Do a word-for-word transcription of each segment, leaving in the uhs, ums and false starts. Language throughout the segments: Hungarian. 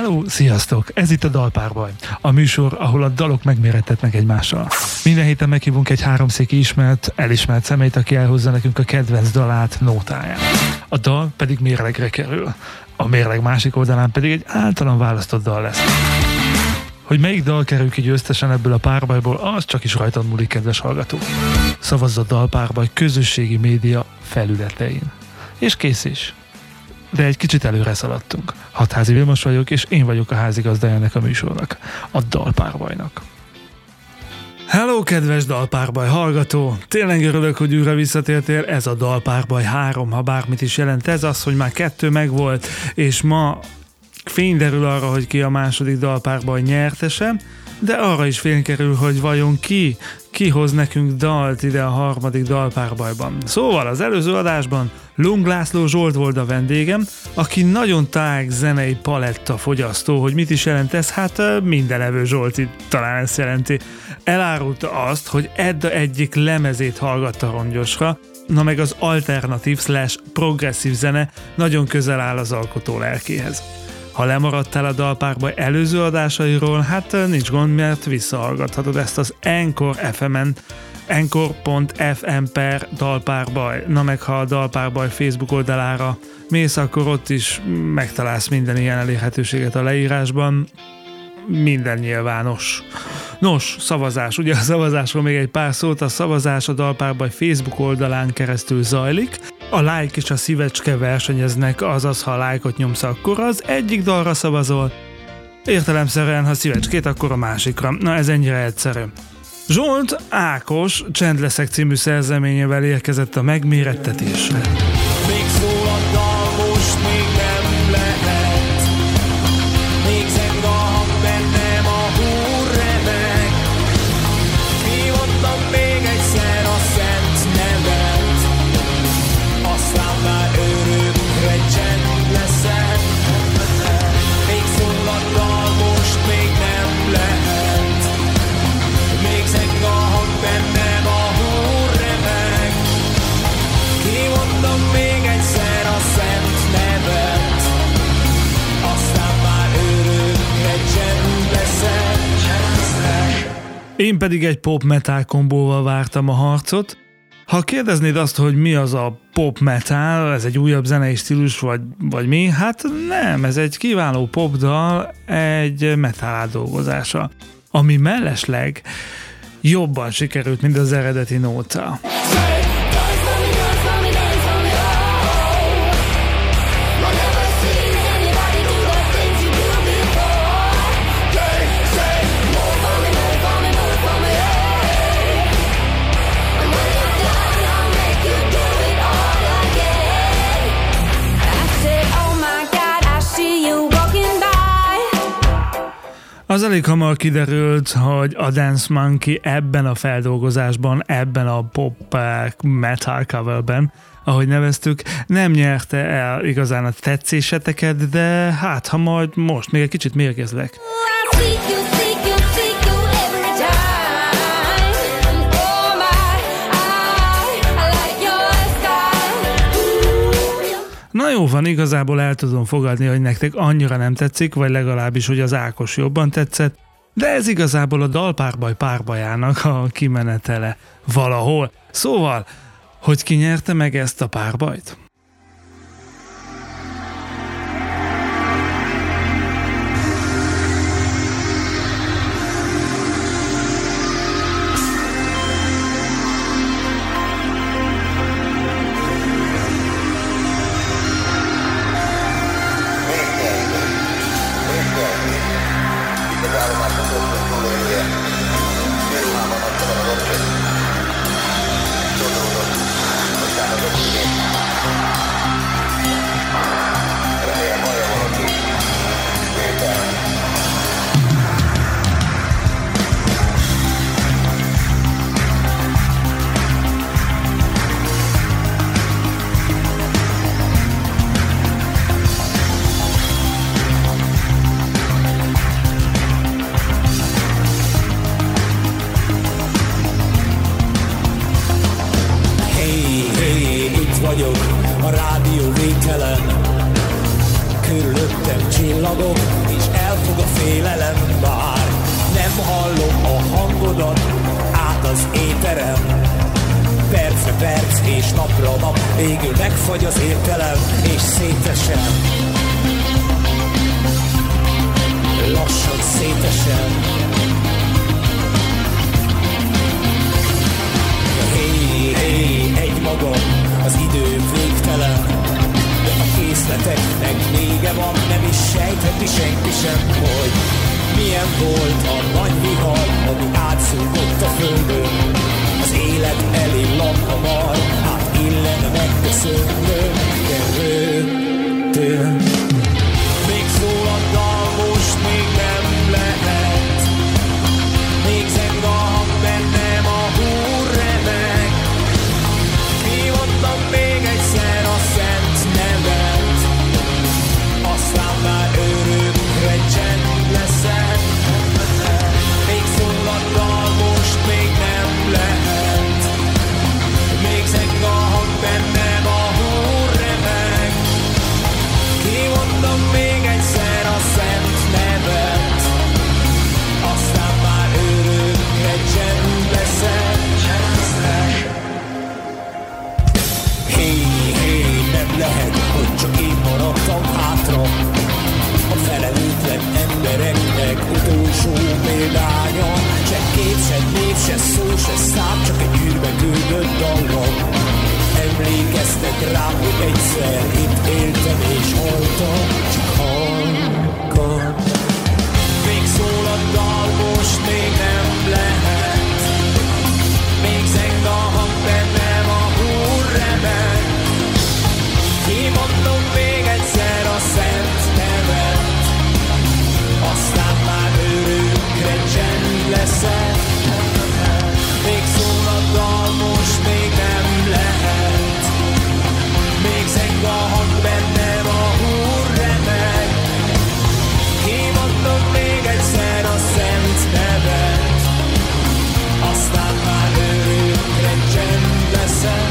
Hello, sziasztok! Ez itt a Dalpárbaj, a műsor, ahol a dalok megmérettetnek egymással. Minden héten meghívunk egy háromszéki ismert, elismert személyt, aki elhozza nekünk a kedvenc dalát, nótáját. A dal pedig mérlegre kerül. A mérleg másik oldalán pedig egy általam választott dal lesz. Hogy melyik dal kerül ki győztesen ebből a párbajból, az csak is rajtad múlik, kedves hallgató. Szavazz a Dalpárbaj közösségi média felületein. És kész is. De egy kicsit előre szaladtunk. Hatházi Vilmos vagyok, és én vagyok a házigazdája ennek a műsornak, a Dalpárbajnak. Hello, kedves Dalpárbaj hallgató! Tényleg örülök, hogy újra visszatértél, ez a Dalpárbaj három, ha bármit is jelent. Ez az, hogy már kettő megvolt, és ma fény derül arra, hogy ki a második Dalpárbaj nyertese, de arra is fény kerül, hogy vajon ki, ki hoz nekünk dalt ide a harmadik Dalpárbajban. Szóval az előző adásban Lung László Zsolt volt a vendégem, aki nagyon tág zenei paletta fogyasztó. Hogy mit is jelent ez? Hát mindenevő Zsolti talán ezt jelenti. Elárulta azt, hogy Edda egyik lemezét hallgatta rongyosra, na meg az alternatív slash progresszív zene nagyon közel áll az alkotó lelkéhez. Ha lemaradtál a Dalpárbaj előző adásairól, hát nincs gond, mert visszahallgathatod ezt az Anchor ef emen, anchor pont ef em per Dalpárbaj. Na meg ha a Dalpárbaj Facebook oldalára mész, akkor ott is megtalálsz minden ilyen elérhetőséget a leírásban. Minden nyilvános. Nos, szavazás. Ugye a szavazásról még egy pár szót. A szavazás a Dalpárbaj Facebook oldalán keresztül zajlik. A like és a szívecske versenyeznek, azaz ha a lájkot nyomsz, akkor az egyik dalra szavazol. Értelemszerűen, ha szívecskét, akkor a másikra. Na, ez ennyire egyszerű. Zsolt Ákos Csend leszek című szerzeményével érkezett a megmérettetésre. Még szól a dal, most még nem lehet. Még zeng a hang, bennem a húr remek. Hívottam még egyszer a szent nevet, aztán már örökre csend leszek. Még szól a dal, most még nem lehet. Még zeng a hang, bennem a húr remek. Kimondom még egyszer a szent nevet, aztán már örökre csend leszek. Én pedig egy pop-metal kombóval vártam a harcot. Ha kérdeznéd azt, hogy mi az a pop-metal, ez egy újabb zenei stílus, vagy, vagy mi? Hát nem, ez egy kiváló popdal, egy metal átdolgozása, ami mellesleg jobban sikerült, mint az eredeti nóta. Az elég hamar kiderült, hogy a Dance Monkey ebben a feldolgozásban, ebben a pop metal coverben, ahogy neveztük, nem nyerte el igazán a tetszéseteket, de hát ha majd most még egy kicsit mérgezlek. Na jó van, igazából el tudom fogadni, hogy nektek annyira nem tetszik, vagy legalábbis, hogy az Ákos jobban tetszett, de ez igazából a Dalpárbaj párbajának a kimenetele valahol. Szóval, hogy ki nyerte meg ezt a párbajt? körülöttem csillagok, és elfog a félelem bár. Nem hallom a hangodat át az éterem. Percre perc és napra nap, végül megfagy az értelem, és szétesem. Lassan szétesem. Hé, hé, egymagam, az idő végtelen, de a készleteknek vége van, nem is sejtheti senki sem, hogy milyen volt a nagy vihar, ami átszúgott a földön. Az élet elillan hamar, hát illen megköszönöm, kerültön. Még szól a dal, most még nem lehet, még zeng a hang bennem, a húr remeg. Kimondtam még egyszer a szent nevet, aztán már örökre csend leszek. Még szól a dal, most még nem lehet, még zeng a hang bennem, a húr remeg. Kimondom még egyszer a szent nevet, aztán már örökre csend leszek. Hé, hé, nem lehet, hogy csak én maradtam hátra, a felelőtlen embereknek utolsó példánya. Se kép, se név, se szó, se szám, csak egy űrbe küldött dallam. Emlékeztek rám, hogy egyszer itt éltem és haltam, csak halkan. Még szól a dal, most még nem lehet, még zeng a hang bennem, a húr remeg. Kimondom még egyszer a szent nevet, aztán már örökre csend leszek. Még szól a dal, most még nem lehet, még zeng a hang bennem, a húr remeg. Kimondom még egyszer a szent nevet, aztán már örökre csend leszek.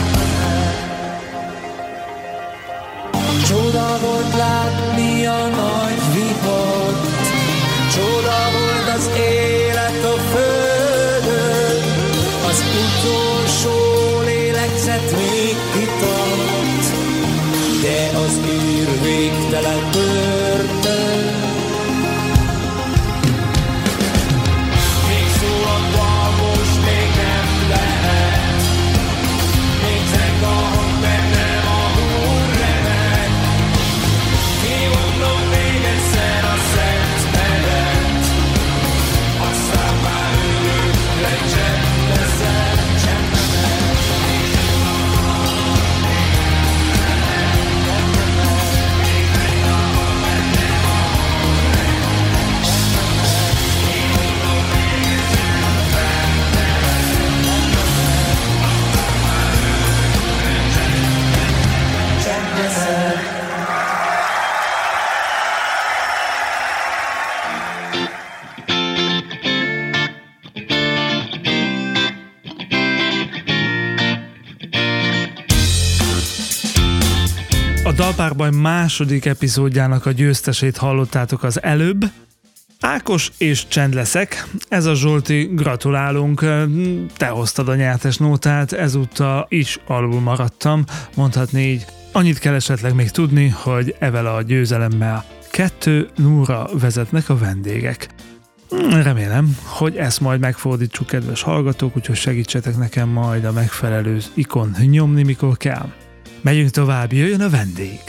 Csoda volt látni a nagy vihart, csoda volt az élet a földön, az utolsó lélegzet még kitart, de az űr végtelen börtön. Még szól a dal, most még nem lehet, még zeng a hang bennem, a húr remeg. Kimondom még egyszer a szent nevet, aztán már örökre csend leszek, csend leszek. A Dalpárbaj második epizódjának a győztesét hallottátok az előbb. Ákos és Csend leszek. Ez a Zsolti, gratulálunk. Te hoztad a nyertes nótát, ezúttal is alul maradtam. Mondhatni így. Annyit kell esetleg még tudni, hogy evel a győzelemmel kettő nullra vezetnek a vendégek. Remélem, hogy ezt majd megfordítsuk, kedves hallgatók, úgyhogy segítsetek nekem majd a megfelelő ikon nyomni, mikor kell. Megyünk tovább, jöjjön a vendég!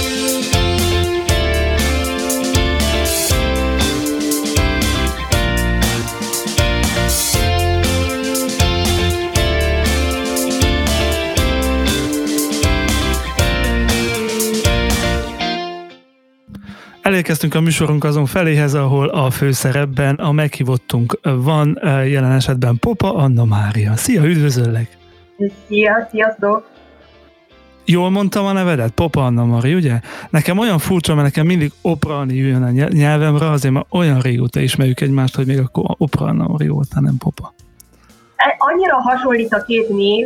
Elérkeztünk a műsorunk azon feléhez, ahol a főszerepben a meghívottunk van, jelen esetben Popa Anna Mária. Szia, üdvözöllek! Szia, sziasztok! Jól mondtam a nevedet? Popa Anna Mari, ugye? Nekem olyan furcsa, mert nekem mindig Opra Anni jön a nyelvemre, azért már olyan régóta ismerjük egymást, hogy még akkor Opra Anna Mari volt, nem Popa. Annyira hasonlít a két név,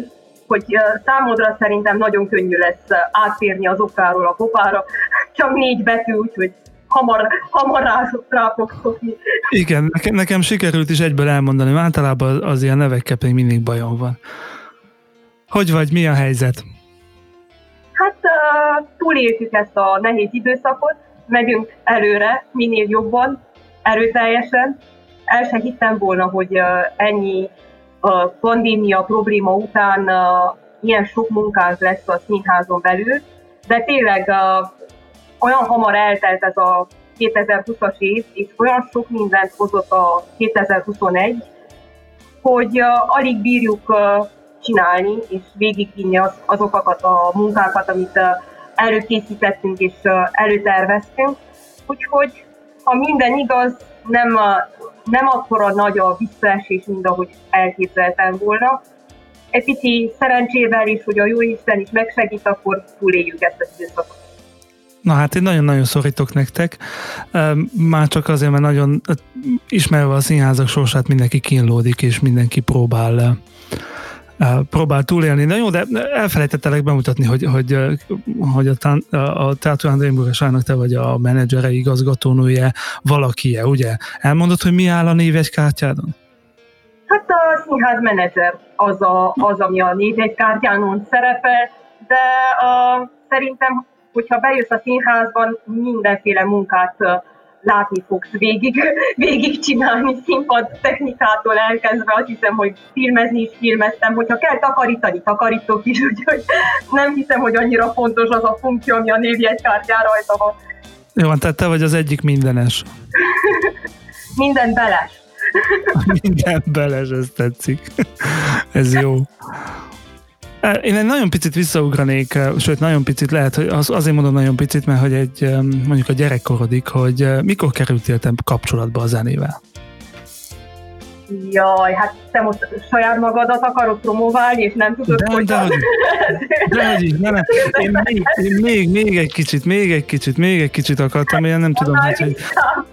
hogy számodra szerintem nagyon könnyű lesz áttérni az okáról a popára, csak négy betű, úgyhogy hamar, hamar rá, rá fogsz szokni. Igen, nekem, nekem sikerült is egyből elmondani, általában az ilyen nevekkel pedig mindig bajom van. Hogy vagy, mi a helyzet? Hát uh, túléltük ezt a nehéz időszakot, megyünk előre, minél jobban, erőteljesen. El sem hittem volna, hogy uh, ennyi uh, pandémia probléma után uh, ilyen sok munkánk lesz a színházon belül, de tényleg uh, olyan hamar eltelt ez a kétezer-húszas év, és olyan sok mindent hozott a kétezer-huszonegy, hogy uh, alig bírjuk uh, csinálni, és végigvinni az, azokat a munkákat, amit uh, előkészítettünk és uh, előterveztünk. Úgyhogy, ha minden igaz, nem, uh, nem akkora nagy a visszaesés, mint ahogy elképzeltem volna. Egy pici szerencsével is, hogy a Jóisten is megsegít, akkor túléljük ezt az időszakot. Na hát én nagyon-nagyon szorítok nektek, már csak azért, mert nagyon ismerve a színházak sorsát mindenki kínlódik, és mindenki próbál, próbál túlélni. Na jó, de elfelejtettelek bemutatni, hogy, hogy, hogy a, a Teatro André Muresának te vagy a menedzsere, igazgatónője, valaki-e, ugye? Elmondod, hogy mi áll a névjegykártyádon? Hát a színház menedzser az, a, az ami a névjegykártyánon szerepel, de a, szerintem hogyha bejössz a színházban, mindenféle munkát uh, látni fogsz végig, végig csinálni, színpad technikától elkezdve, azt hiszem, hogy filmezni is filmeztem, hogyha kell takarítani, takarítok is, úgyhogy nem hiszem, hogy annyira fontos az a funkció, ami a névjegykártyán rajta van. Jó, tehát te vagy az egyik mindenes. Minden beles. Minden beles, ez tetszik. Ez jó. Én egy nagyon picit visszaugranék, sőt nagyon picit lehet, hogy az, azért mondom nagyon picit, mert hogy egy, mondjuk a gyerekkorodik, hogy mikor kerültél te kapcsolatba a zenével? Jaj, hát te most saját magadat akarod promoválni, és nem tudod, de, hogy... De, hogy, de, hogy ne, ne. Én, még, én még, még egy kicsit, még egy kicsit, még egy kicsit akartam, én nem tudom, annál hogy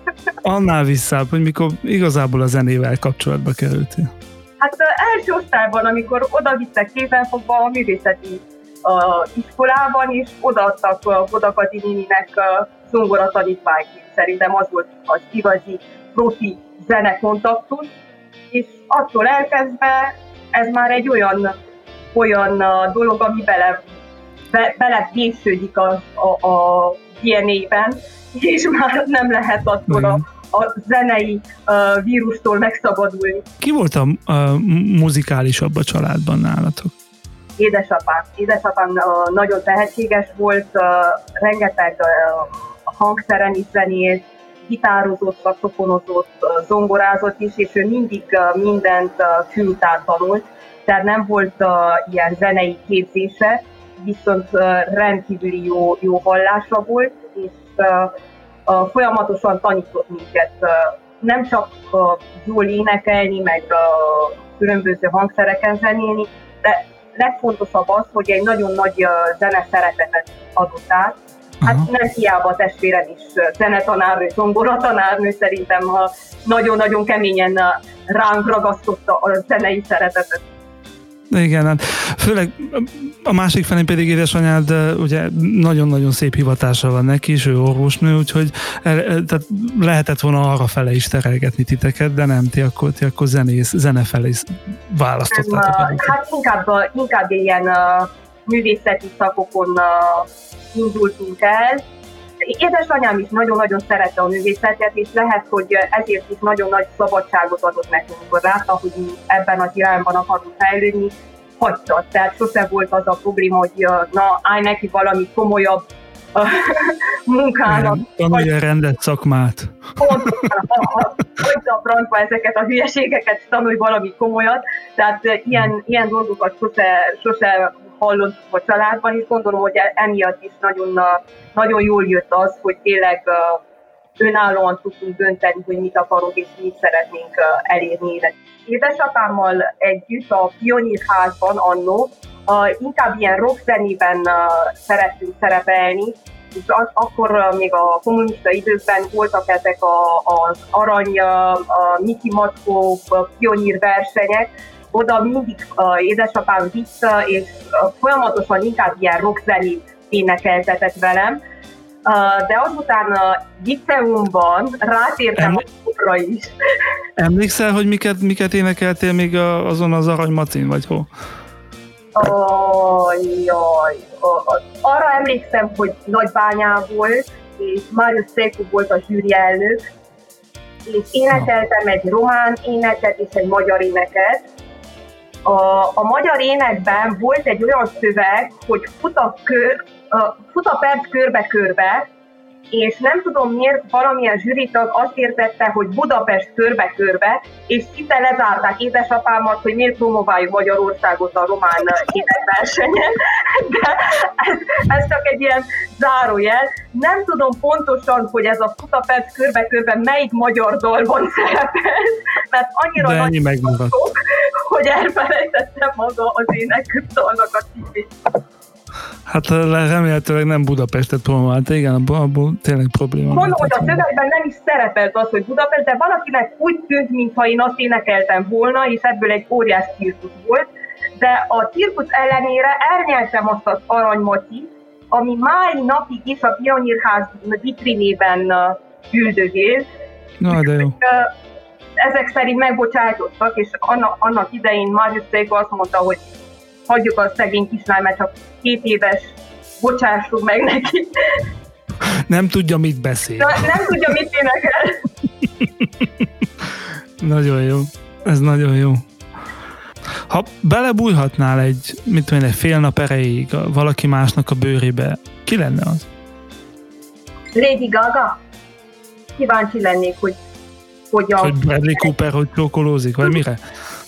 annál visszább, hogy mikor igazából a zenével kapcsolatba kerültél. Hát első osztályban, amikor odavittek kézenfogva a művészeti uh, iskolában, és odaadtak uh, Bodakati néninek uh, zongoratanítványt. Szerintem az volt az igazi profi zenekontaktus, és attól elkezdve ez már egy olyan, olyan uh, dolog, ami bele, be, bele vésődik a, a, a dé en á-ben, és már nem lehet attól a a zenei uh, vírustól megszabadulni. Ki volt a uh, muzikálisabb a családban nálatok? Édesapám. Édesapám uh, nagyon tehetséges volt, uh, rengeteg uh, hangszeren is zenélt, gitározott, szaxofonozott, uh, zongorázott is, és ő mindig uh, mindent uh, fülután tanult, tehát nem volt uh, ilyen zenei képzése, viszont uh, rendkívüli jó, jó hallása volt, és uh, Uh, folyamatosan tanított minket uh, nem csak uh, jól énekelni, meg uh, különböző hangszereken zenélni, de legfontosabb az, hogy egy nagyon nagy uh, zeneszeretetet adott át. Hát uh-huh. Nem hiába a testvérem is uh, zenetanárnő, zongoratanárnő, szerintem uh, nagyon-nagyon keményen uh, ránk ragasztotta a zenei szeretetet. Igen, hát főleg a másik felén pedig édesanyád ugye nagyon-nagyon szép hivatása van neki is, ő orvosnő, úgyhogy tehát lehetett volna arra fele is terelgetni titeket, de nem, ti akkor, ti akkor zenész, zene felé választottátok. Hát inkább, inkább ilyen uh, művészeti szakokon uh, indultunk el. Édesanyám is nagyon-nagyon szerette a művészetet, és lehet, hogy ezért is nagyon nagy szabadságot adott nekünk, amikor látta, hogy mi ebben az irányban akarunk fejlődni, hagyta. Tehát sose volt az a probléma, hogy na, állj neki valami komolyabb uh, munkának. Tanulj a rendet szakmát. Pontosan, hagyta a francba ezeket a hülyeségeket, tanulj valami komolyat. Tehát uh, ilyen, ilyen dolgokat sose, sose hallottuk a családban, és gondolom, hogy emiatt is nagyon, nagyon jól jött az, hogy tényleg önállóan tudtunk dönteni, hogy mit akarunk és mit szeretnénk elérni. Édesapámmal együtt a Pionírházban annó inkább ilyen rockzenében szerettünk szerepelni, és az, akkor még a kommunista időkben voltak ezek a, az arany, a Mickey Mackó pionír versenyek, oda mindig uh, édesapám vissza, és uh, folyamatosan inkább ilyen rockzenét énekeltetett velem, uh, de azután a liceumban rátértem Eml- a popra is. Emlékszel, hogy miket, miket énekeltél még a, azon az Aranymacin, vagy hol? Oh, jaj. Uh, arra emlékszem, hogy Nagybányán volt, és Marius Székú volt a zsűri elnök, és énekeltem egy román éneket és egy magyar éneket. A, a magyar énekben volt egy olyan szöveg, hogy fut a, kör, uh, fut a perc körbe-körbe, és nem tudom miért valamilyen zsűritag azt értette, hogy Budapest körbe-körbe, és szinte lezárták édesapámat, hogy miért promováljuk Magyarországot a román énekversenyen. De ez, ez csak egy ilyen zárójel. Nem tudom pontosan, hogy ez a fut a perc körbe-körbe melyik magyar dalban szerepel, mert annyira de ennyi nagy szok, hogy elfelejtettem maga az énekdalnak a címét. Hát remélhetőleg nem Budapestet promovált, igen, abból, abból tényleg probléma. Mondom, hogy a szövegben nem is szerepelt az, hogy Budapest, de valakinek úgy tűnt, mintha én azt énekeltem volna, és ebből egy óriás cirkusz volt. De a cirkusz ellenére elnyertem azt az Aranymacit, ami mai napig is a Pionírház vitrinében üldögél. Na, de jó. Ezek szerint megbocsájtottak, és annak, annak idején Marius Székú azt mondta, hogy hagyjuk a szegény kislány, mert csak két éves, bocsássuk meg neki. Nem tudja, mit beszél. Na, nem tudja, mit énekel. Nagyon jó. Ez nagyon jó. Ha belebújhatnál egy, mit tudom én, egy fél nap erejéig valaki másnak a bőrébe, ki lenne az? Lady Gaga? Kíváncsi lennék, hogy hogyan... Hogy Bradley Cooper, hogy csókolózik, vagy mire?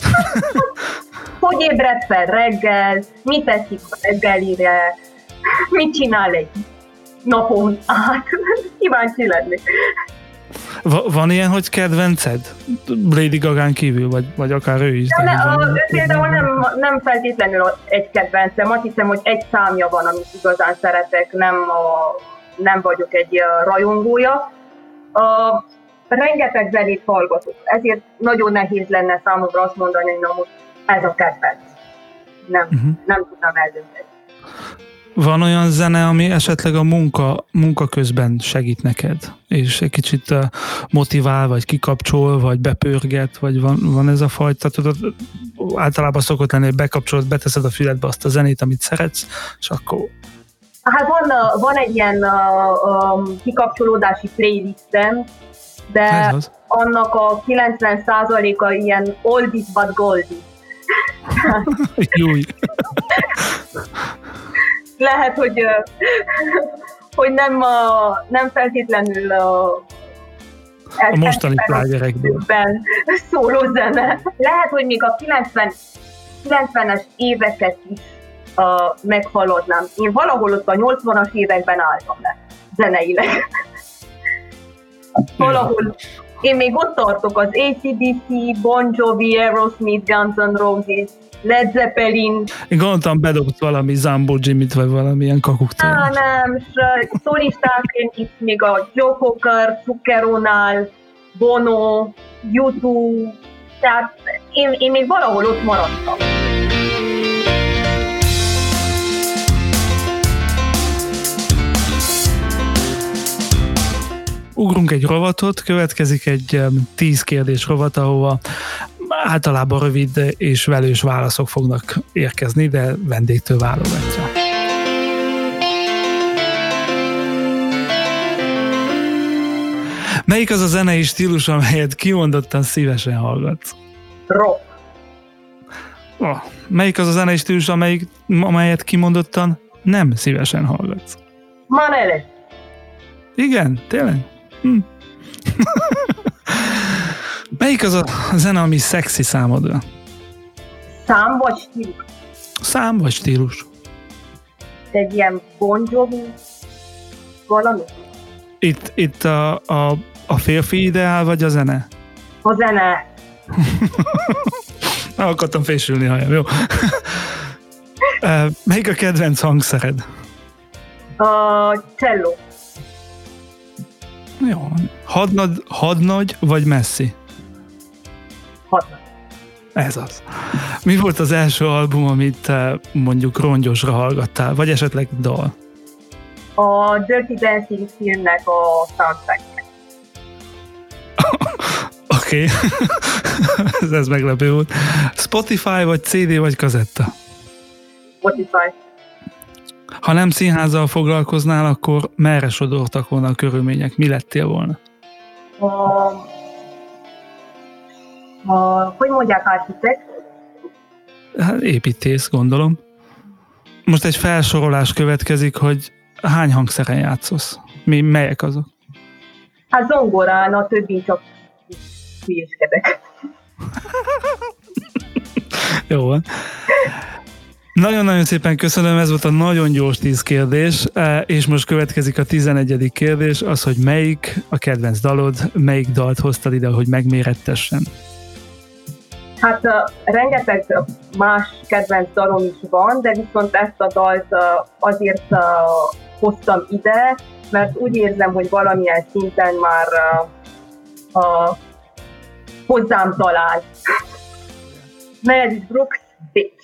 Hogy ébred fel reggel, mit teszik a reggelire, mit csinál egy napon át. Kíváncsi lennék. Va- van ilyen, hogy kedvenced? Lady Gagán kívül, vagy, vagy akár ő is? De ne, a, például nem, nem feltétlenül egy kedvencem, azt hiszem, hogy egy számja van, amit igazán szeretek, nem, a, nem vagyok egy rajongója. A, rengeteg zenét hallgatok, ezért nagyon nehéz lenne számomra azt mondani, hogy na most ez a kedvenc. Nem, uh-huh. nem tudnám eldönteni. Van olyan zene, ami esetleg a munka, munka közben segít neked, és egy kicsit motivál, vagy kikapcsol, vagy bepörget, vagy van, van ez a fajta, tudod, általában szokott lenni, hogy bekapcsolod, beteszed a füledbe azt a zenét, amit szeretsz, és akkor... Hát van, van egy ilyen uh, um, kikapcsolódási playlistem, de annak a kilencven százaléka ilyen oldies but goldies. Júj! Lehet, hogy, hogy nem, nem feltétlenül a, a mostani slágerekből szóló zene. Lehet, hogy még a kilencvenes éveket is uh, meghaladnám. Én valahol ott a nyolcvanas években álltam le zeneileg. Valahol. Én még ott tartok, az á cé dé cé, Bon Jovi, Aerosmith, Guns N' Roses, Led Zeppelin. Én gondoltam, bedobsz valami Zambo Jimmy-t, vagy valamilyen kakuktól. Á, nem, szólistáként itt még a Joe Cocker, Zuccheronál, Bono, U kettő, tehát én, én még valahol ott maradtam. Ugrunk egy rovatot, következik egy tíz kérdés rovat, ahova általában rövid és velős válaszok fognak érkezni, de vendégtől válogatja. Melyik az a zenei stílus, amelyet kimondottan szívesen hallgatsz? Rock. Oh, melyik az a zenei stílus, amelyik, amelyet kimondottan nem szívesen hallgatsz? Manele. Igen, tényleg? Hm. Melyik az a zene, ami szexi számodra? Szám vagy stílus? Szám vagy stílus? Egy ilyen Bon Jovi valami? Itt, itt a, a, a férfi ideál, vagy a zene? A zene. Nem akartam fésülni a hajam, jó? Melyik a kedvenc hangszered? A cello. Jó. Hadnagy, hadnagy vagy messzi? Hadnagy. Ez az. Mi volt az első album, amit te mondjuk rongyosra hallgattál, vagy esetleg dal? A Dirty Dancing filmnek a soundtrack. Oké, okay. Ez meglepő volt. Spotify, vagy cé dé, vagy kazetta? Spotify. Ha nem színházzal foglalkoznál, akkor merre sodortak volna a körülmények? Mi lettél volna? A, a, hogy mondják, architekt? Hát építész, gondolom. Most egy felsorolás következik, hogy hány hangszeren játszosz? Mi, melyek azok? Hát zongorán, a többi csak hülyéskedek. Jó van. Nagyon-nagyon szépen köszönöm, ez volt a nagyon gyors tíz kérdés, és most következik a tizenegyedik kérdés, az, hogy melyik a kedvenc dalod, melyik dalt hoztad ide, hogy megmérettessen? Hát uh, rengeteg más kedvenc dalom is van, de viszont ezt a dalt uh, azért uh, hoztam ide, mert úgy érzem, hogy valamilyen szinten már uh, uh, hozzám talál. Meredith Brooks, Bitch.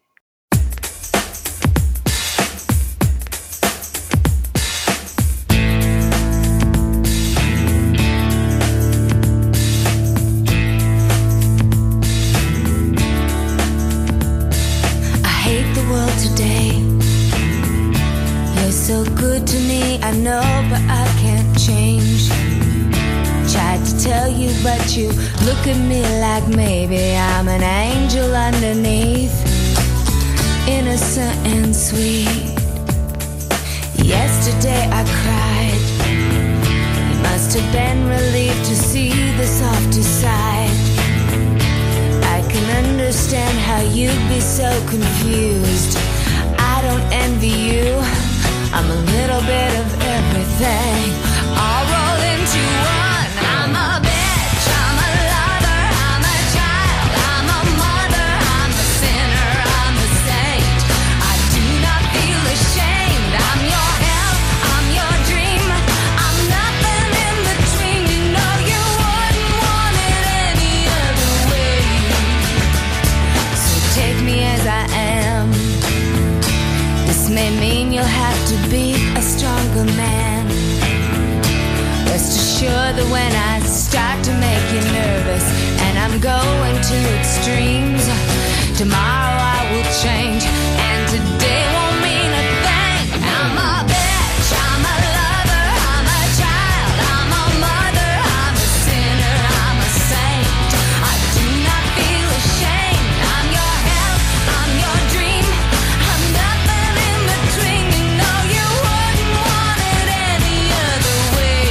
So good to me, I know, but I can't change. Tried to tell you, but you look at me like maybe I'm an angel underneath, innocent and sweet. Yesterday I cried. You must have been relieved to see the softer side. I can understand how you'd be so confused. I don't envy you. I'm a little bit of everything, all rolled into one. I'm a bitch, I'm a lover, I'm a child, I'm a mother, I'm a sinner, I'm a saint. I do not feel ashamed. I'm your hell, I'm your dream. I'm nothing in between. You know you wouldn't want it any other way. So take me as I am. This may mean you'll have to be a stronger man. Rest assured that when I start to make you nervous and I'm going to extremes, tomorrow I will change and today won't mean a thing. I'm a bitch, I'm a lover, I'm a child, I'm a mother, I'm a sinner, I'm a saint. I do not feel ashamed. I'm your hell, I'm your dream. I'm nothing in between. You know you wouldn't want it any other way.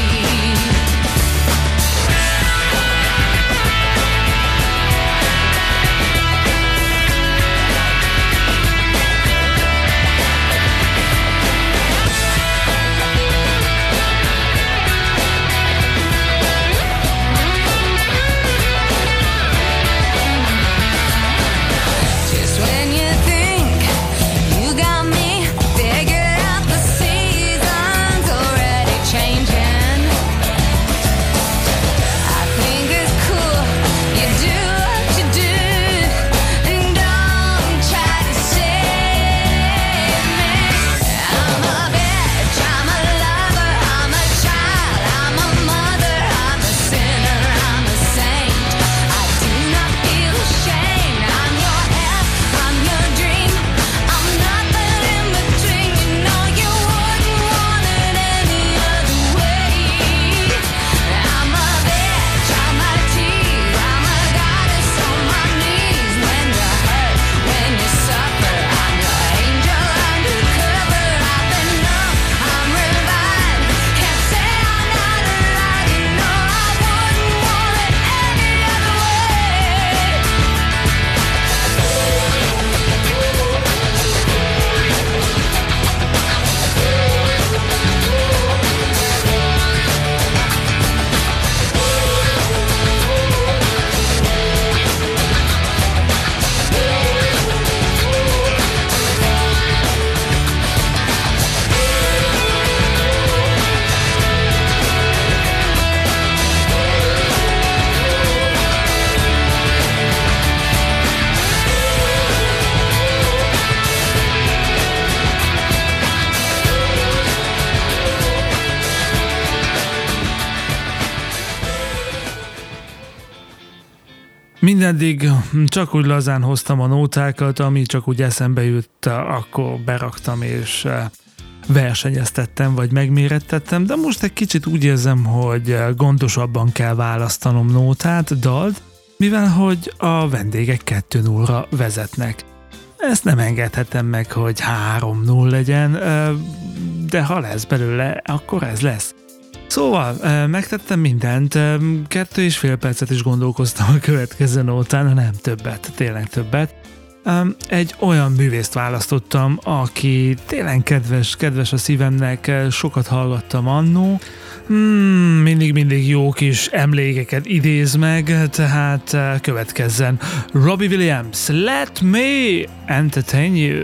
Mindeddig csak úgy lazán hoztam a nótákat, ami csak úgy eszembe jut, akkor beraktam és versenyeztettem, vagy megmérettettem, de most egy kicsit úgy érzem, hogy gondosabban kell választanom nótát, dalt, mivel hogy a vendégek kettő nullra vezetnek. Ezt nem engedhetem meg, hogy három null legyen, de ha lesz belőle, akkor ez lesz. Szóval, megtettem mindent, kettő és fél percet is gondolkoztam a következő nótán, nem többet, tényleg többet. Egy olyan művészt választottam, aki tényleg kedves, kedves a szívemnek, sokat hallgattam annó, hmm, mindig-mindig jó kis emlékeket idéz meg, tehát következzen Robbie Williams, Let Me Entertain You.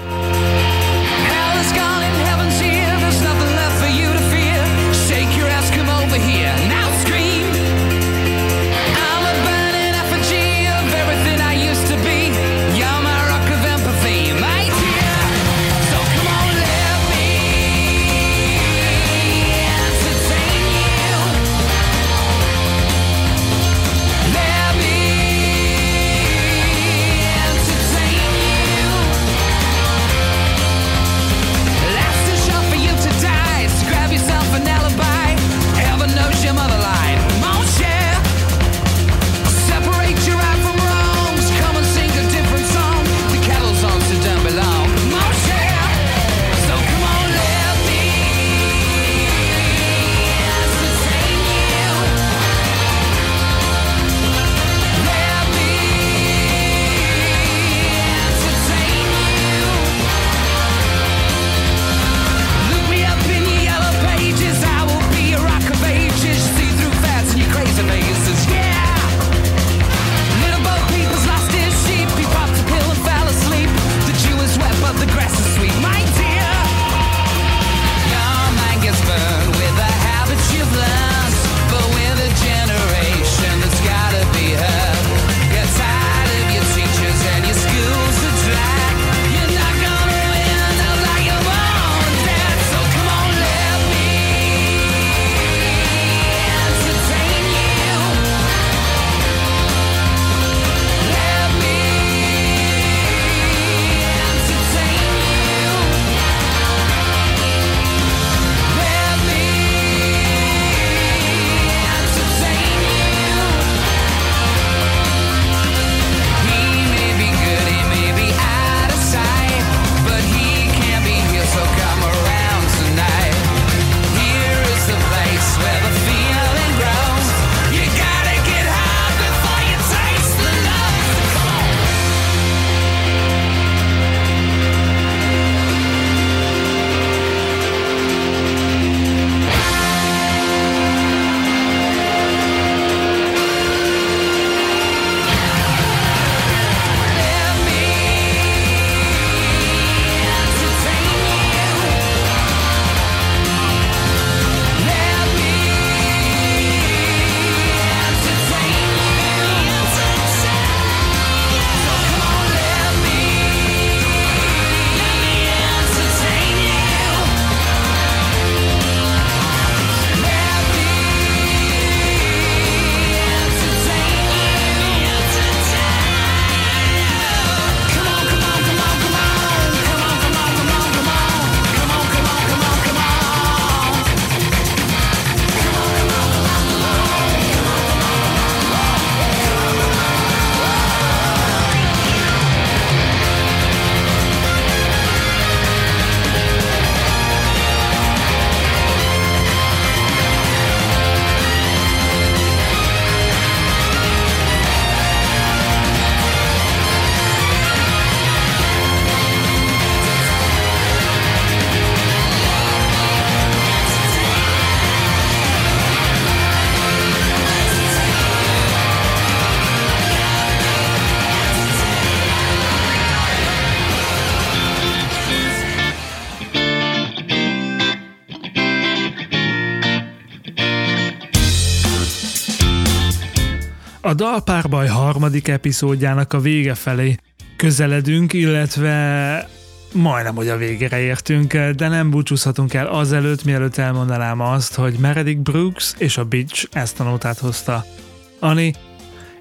A Dalpárbaj harmadik epizódjának a vége felé közeledünk, illetve majdnem, hogy a végére értünk, de nem búcsúzhatunk el azelőtt, mielőtt elmondanám azt, hogy Meredith Brooks és a Bitch ezt a nótát hozta. Ani,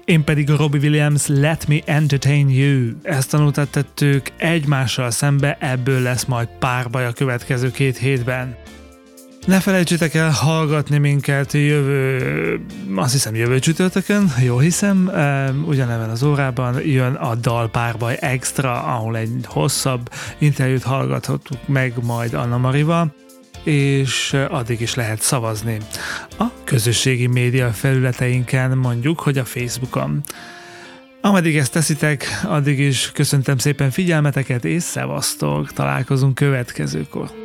Én pedig a Robbie Williams Let Me Entertain You. Ezt tanultattettük egymással szembe, ebből lesz majd párbaj a következő két hétben. Ne felejtsétek el hallgatni minket jövő, azt hiszem jövő csütörtökön, jól hiszem, ugyaneven az órában jön a Dal Párbaj Extra, ahol egy hosszabb interjút hallgathatunk meg majd Anna Marival, és addig is lehet szavazni a közösségi média felületeinken, mondjuk, hogy a Facebookon. Ameddig ezt teszitek, addig is köszöntem szépen figyelmeteket, és szevasztok, találkozunk következőkor.